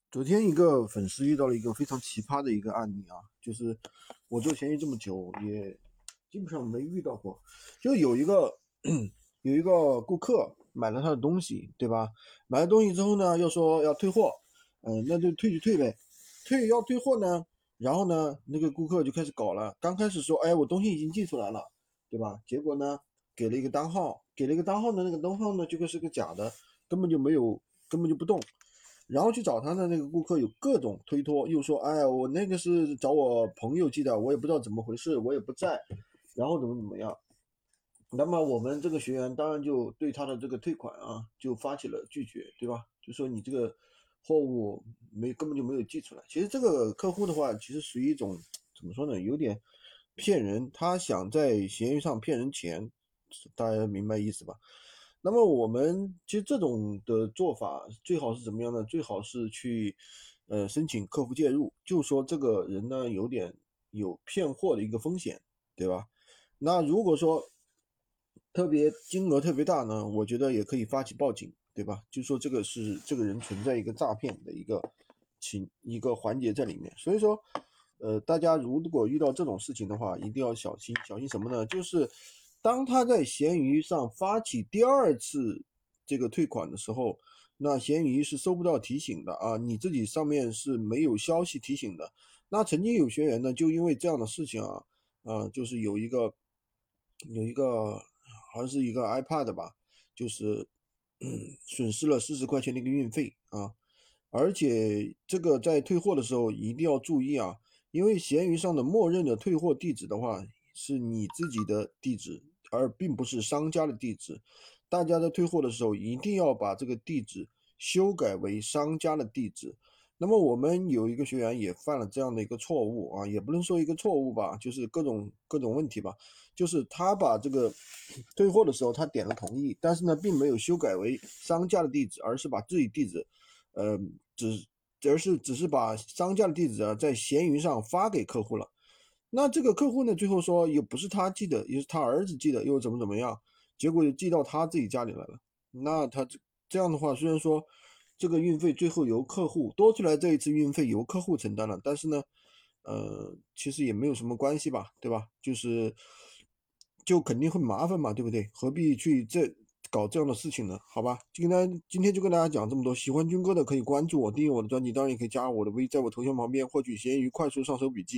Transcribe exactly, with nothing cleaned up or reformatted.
昨天一个粉丝遇到了一个非常奇葩的一个案例啊，就是我做闲鱼这么久，也基本上没遇到过。就有一个有一个顾客买了他的东西，对吧？买了东西之后呢，又说要退货，嗯、那就退就退呗。退要退货呢，然后呢，那个顾客就开始搞了。刚开始说，哎，我东西已经寄出来了，对吧？结果呢，给了一个单号，给了一个单号呢，那个单号呢，结果是个假的，根本就没有，根本就不动。然后去找他的那个顾客有各种推脱，又说，哎，我那个是找我朋友寄的，我也不知道怎么回事，我也不在，然后怎么怎么样。那么我们这个学员当然就对他的这个退款啊，就发起了拒绝，对吧？就说你这个货物没根本就没有寄出来。其实这个客户的话，其实属于一种怎么说呢，有点骗人，他想在闲鱼上骗人钱，大家明白意思吧？那么我们其实这种的做法最好是怎么样呢？最好是去呃申请客服介入，就说这个人呢有点有骗货的一个风险，对吧？那如果说特别金额特别大呢，我觉得也可以发起报警，对吧？就说这个是这个人存在一个诈骗的一个情一个环节在里面，所以说，呃，大家如果遇到这种事情的话，一定要小心。小心什么呢？就是当他在闲鱼上发起第二次这个退款的时候，那闲鱼是收不到提醒的啊，你自己上面是没有消息提醒的。那曾经有学员呢，就因为这样的事情啊，啊，就是有一个有一个好像是一个 iPad 吧，就是嗯损失了四十块钱的一个运费啊，而且这个在退货的时候一定要注意啊，因为闲鱼上的默认的退货地址的话是你自己的地址，而并不是商家的地址。大家在退货的时候一定要把这个地址修改为商家的地址。那么我们有一个学员也犯了这样的一个错误啊，也不能说一个错误吧，就是各种各种问题吧。就是他把这个退货的时候，他点了同意，但是呢，并没有修改为商家的地址，而是把自己地址，呃，只而是只是把商家的地址啊，在闲鱼上发给客户了。那这个客户呢，最后说又不是他寄的，又是他儿子寄的，又怎么怎么样，结果就寄到他自己家里来了。那他这这样的话，虽然说这个运费最后由客户多出来，这一次运费由客户承担了，但是呢，呃，其实也没有什么关系吧，对吧？就是就肯定会麻烦嘛，对不对？何必去这搞这样的事情呢？好吧，今天今天就跟大家讲这么多。喜欢军哥的可以关注我，订阅我的专辑，当然也可以加我的微，在我头像旁边获取闲鱼快速上手笔记。